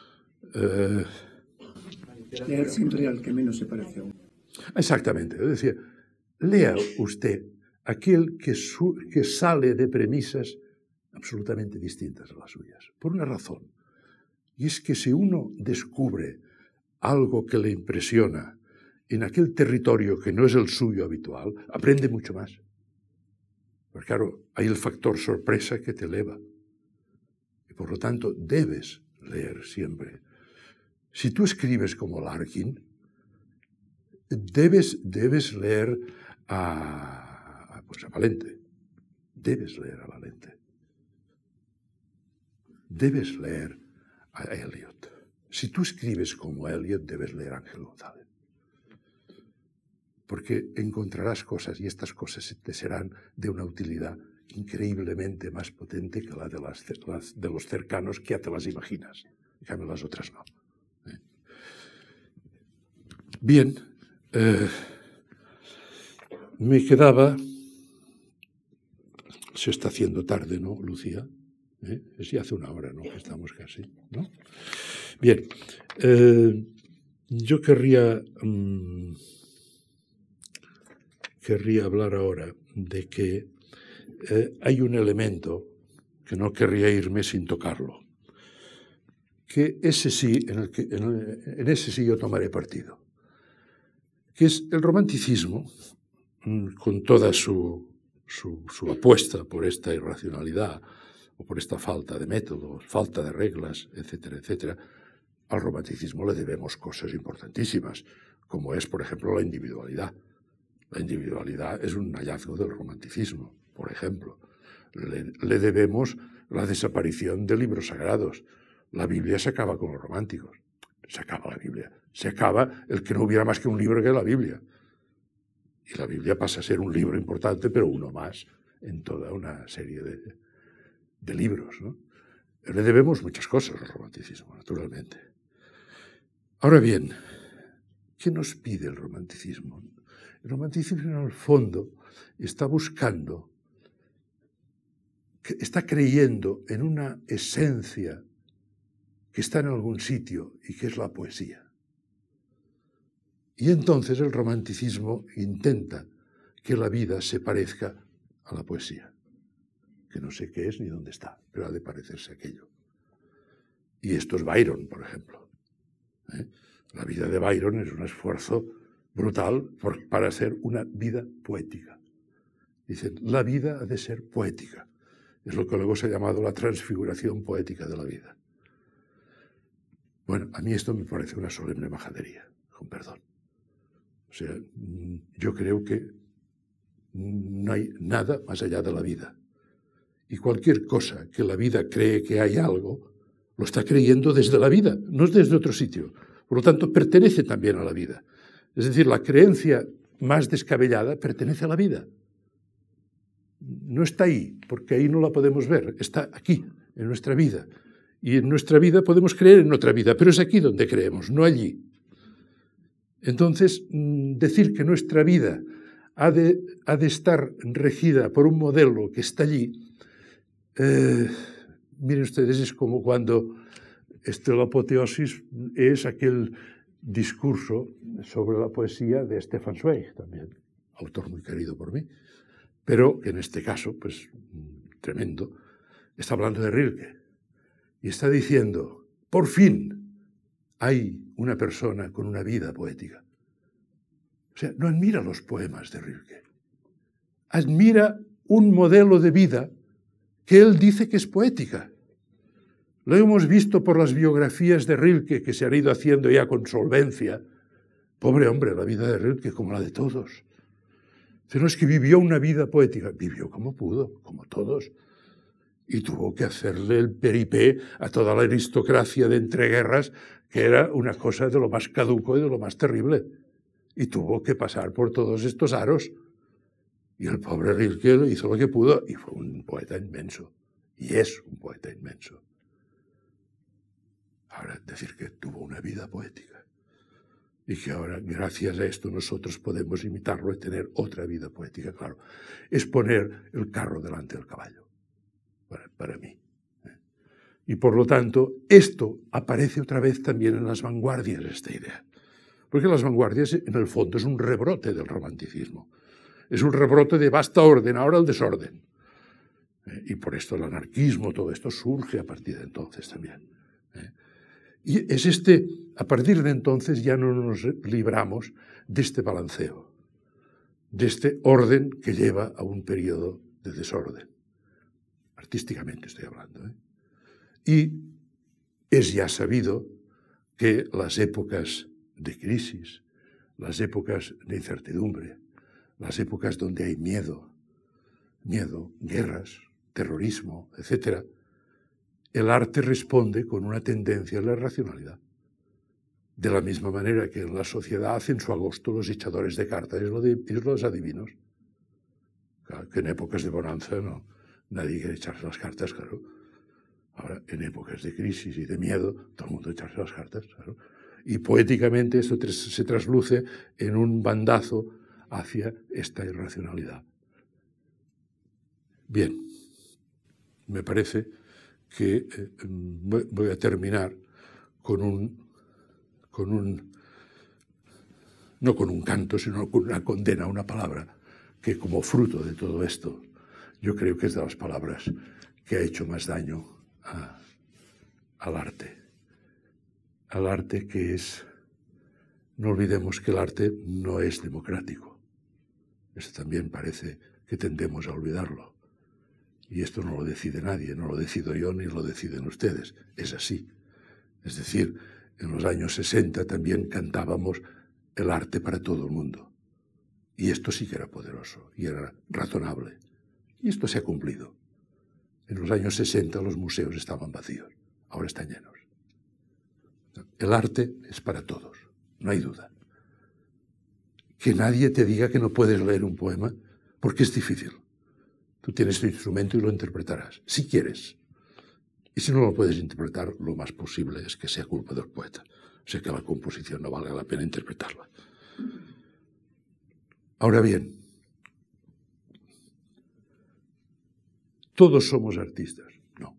Leer siempre al que menos se parece a uno. Exactamente. Es decir, lea usted aquel que sale de premisas absolutamente distintas a las suyas, por una razón. Y es que si uno descubre algo que le impresiona en aquel territorio que no es el suyo habitual, aprende mucho más. Porque claro, hay el factor sorpresa que te eleva. Y por lo tanto, debes leer siempre. Si tú escribes como Larkin, debes leer a Valente. Debes leer a Valente. Debes leer a Eliot. Si tú escribes como Eliot, debes leer a Ángel González. Porque encontrarás cosas y estas cosas te serán de una utilidad increíblemente más potente que la de los cercanos que ya te las imaginas. En cambio, las otras no. Bien, me quedaba... Se está haciendo tarde, ¿no, Lucía? Es ya hace una hora, ¿no? Que estamos casi, ¿no? Bien, yo querría hablar ahora de que hay un elemento que no querría irme sin tocarlo, que ese sí, en ese sí yo tomaré partido, que es el romanticismo, con toda su apuesta por esta irracionalidad o por esta falta de métodos, falta de reglas, etcétera, etcétera. Al romanticismo le debemos cosas importantísimas, como es, por ejemplo, la individualidad. La individualidad es un hallazgo del romanticismo, por ejemplo. Le debemos la desaparición de libros sagrados. La Biblia se acaba con los románticos. se acaba la Biblia. Se acaba el que no hubiera más que un libro que la Biblia. Y la Biblia pasa a ser un libro importante, pero uno más en toda una serie de libros, ¿no? Le debemos muchas cosas al romanticismo, naturalmente. Ahora bien, ¿qué nos pide el romanticismo? El romanticismo, en el fondo, está buscando, está creyendo en una esencia que está en algún sitio y que es la poesía. Y entonces el romanticismo intenta que la vida se parezca a la poesía, que no sé qué es ni dónde está, pero ha de parecerse aquello. Y esto es Byron, por ejemplo. La vida de Byron es un esfuerzo brutal para ser una vida poética. Dicen, la vida ha de ser poética. Es lo que luego se ha llamado la transfiguración poética de la vida. Bueno, a mí esto me parece una solemne majadería, con perdón. O sea, yo creo que no hay nada más allá de la vida. Y cualquier cosa que la vida cree que hay algo, lo está creyendo desde la vida, no es desde otro sitio. Por lo tanto, pertenece también a la vida. Es decir, la creencia más descabellada pertenece a la vida. No está ahí, porque ahí no la podemos ver, está aquí, en nuestra vida. Y en nuestra vida podemos creer en otra vida, pero es aquí donde creemos, no allí. Entonces, decir que nuestra vida ha de estar regida por un modelo que está allí, miren ustedes, es como cuando la apoteosis es aquel discurso sobre la poesía de Stefan Zweig, también, autor muy querido por mí, pero que en este caso, pues, tremendo, está hablando de Rilke y está diciendo, por fin hay una persona con una vida poética. O sea, no admira los poemas de Rilke, admira un modelo de vida que él dice que es poética. Lo hemos visto por las biografías de Rilke que se han ido haciendo ya con solvencia. Pobre hombre, la vida de Rilke como la de todos. Pero no es que vivió una vida poética, vivió como pudo, como todos. Y tuvo que hacerle el peripé a toda la aristocracia de entreguerras, que era una cosa de lo más caduco y de lo más terrible. Y tuvo que pasar por todos estos aros. Y el pobre Rilke hizo lo que pudo y fue un poeta inmenso. Y es un poeta inmenso. Ahora, decir que tuvo una vida poética y que ahora, gracias a esto, nosotros podemos imitarlo y tener otra vida poética, claro, es poner el carro delante del caballo, para mí. Y por lo tanto, esto aparece otra vez también en las vanguardias, esta idea. Porque las vanguardias, en el fondo, es un rebrote del romanticismo. Es un rebrote de basta orden, ahora el desorden. Y por esto el anarquismo, todo esto surge a partir de entonces también. Y es a partir de entonces ya no nos libramos de este balanceo, de este orden que lleva a un periodo de desorden. Artísticamente estoy hablando. Y es ya sabido que las épocas de crisis, las épocas de incertidumbre, las épocas donde hay miedo, guerras, terrorismo, etc., el arte responde con una tendencia a la racionalidad. De la misma manera que en la sociedad hacen su agosto los echadores de cartas y los adivinos. Claro, que en épocas de bonanza no, nadie quiere echarse las cartas, claro. Ahora, en épocas de crisis y de miedo, todo el mundo echarse las cartas, claro. Y poéticamente esto se trasluce en un bandazo hacia esta irracionalidad. Bien, me parece que voy a terminar no con un canto, sino con una condena, una palabra que como fruto de todo esto, yo creo que es de las palabras que ha hecho más daño al arte. Al arte que es, no olvidemos que el arte no es democrático. Eso también parece que tendemos a olvidarlo. Y esto no lo decide nadie, no lo decido yo ni lo deciden ustedes. Es así. Es decir, en los años 60 también cantábamos el arte para todo el mundo. Y esto sí que era poderoso y era razonable. Y esto se ha cumplido. En los años 60 los museos estaban vacíos, ahora están llenos. El arte es para todos, no hay duda. Que nadie te diga que no puedes leer un poema, porque es difícil. Tú tienes tu instrumento y lo interpretarás, si quieres. Y si no lo puedes interpretar, lo más posible es que sea culpa del poeta. O sea que la composición no valga la pena interpretarla. Ahora bien, ¿todos somos artistas? No.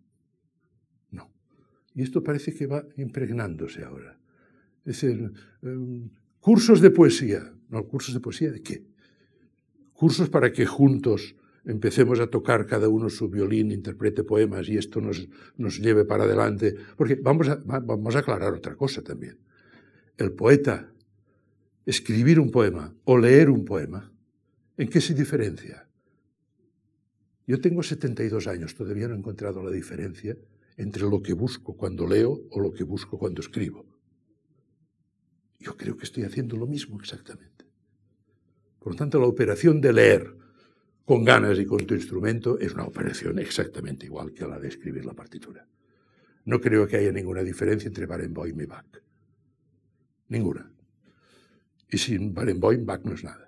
Y esto parece que va impregnándose ahora. Es decir, cursos de poesía. No, ¿cursos de poesía de qué? Cursos para que juntos empecemos a tocar cada uno su violín, interprete poemas y esto nos lleve para adelante. Porque vamos a aclarar otra cosa también. El poeta, escribir un poema o leer un poema, ¿en qué se diferencia? Yo tengo 72 años, todavía no he encontrado la diferencia entre lo que busco cuando leo o lo que busco cuando escribo. Yo creo que estoy haciendo lo mismo exactamente. Por lo tanto, la operación de leer con ganas y con tu instrumento es una operación exactamente igual que la de escribir la partitura. No creo que haya ninguna diferencia entre Barenboim y Bach. Ninguna. Y sin Barenboim, Bach no es nada.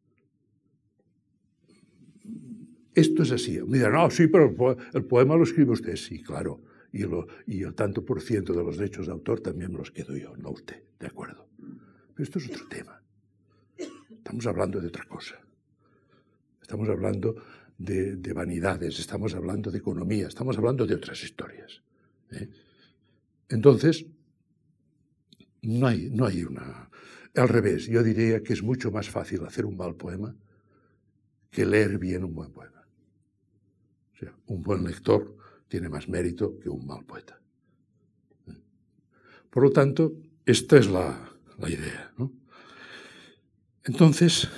Esto es así. Me dirán, no, sí, pero el poema lo escribe usted. Sí, claro. Y el tanto por ciento de los derechos de autor también me los quedo yo, no usted. De acuerdo. Pero esto es otro tema. Estamos hablando de otra cosa. Estamos hablando de vanidades, estamos hablando de economía, estamos hablando de otras historias. Entonces, no hay una... Al revés, yo diría que es mucho más fácil hacer un mal poema que leer bien un buen poema. O sea, un buen lector tiene más mérito que un mal poeta. Por lo tanto, esta es la idea, ¿no? Entonces,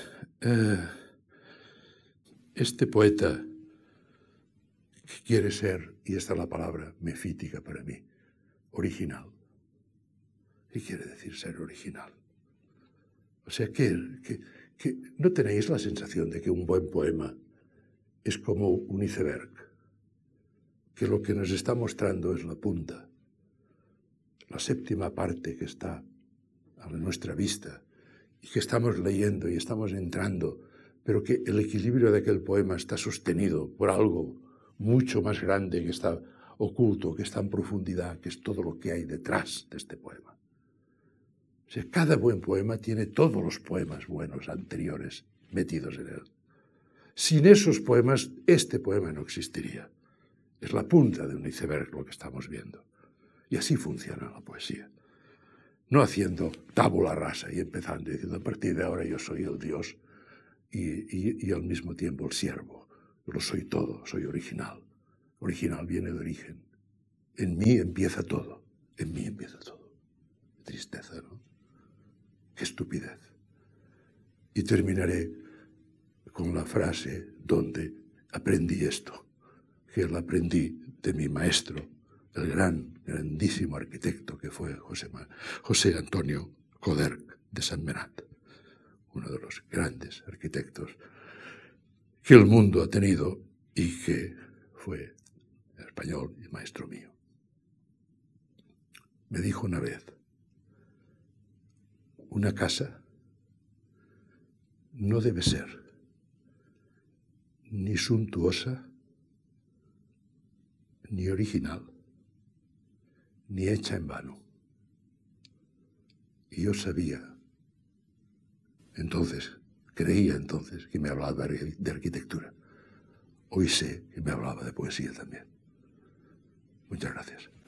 este poeta que quiere ser, y esta es la palabra mefítica para mí, original. ¿Qué quiere decir ser original? O sea, que ¿no tenéis la sensación de que un buen poema es como un iceberg? Que lo que nos está mostrando es la punta, la séptima parte que está a nuestra vista y que estamos leyendo y estamos entrando, pero que el equilibrio de aquel poema está sostenido por algo mucho más grande que está oculto, que está en profundidad, que es todo lo que hay detrás de este poema. O sea, cada buen poema tiene todos los poemas buenos anteriores metidos en él. Sin esos poemas, este poema no existiría. Es la punta de un iceberg lo que estamos viendo. Y así funciona la poesía. No haciendo tabula rasa y empezando diciendo, a partir de ahora yo soy el Dios y al mismo tiempo el siervo. Yo lo soy todo, soy original. Original viene de origen. En mí empieza todo. En mí empieza todo. Tristeza, ¿no? Qué estupidez. Y terminaré con la frase donde aprendí esto, que la aprendí de mi maestro, el grandísimo arquitecto que fue José Antonio Coderch de Sentmenat, uno de los grandes arquitectos que el mundo ha tenido y que fue español y maestro mío. Me dijo una vez, una casa no debe ser ni suntuosa, ni original, ni hecha en vano. Y yo sabía, creía entonces que me hablaba de arquitectura. Hoy sé que me hablaba de poesía también. Muchas gracias.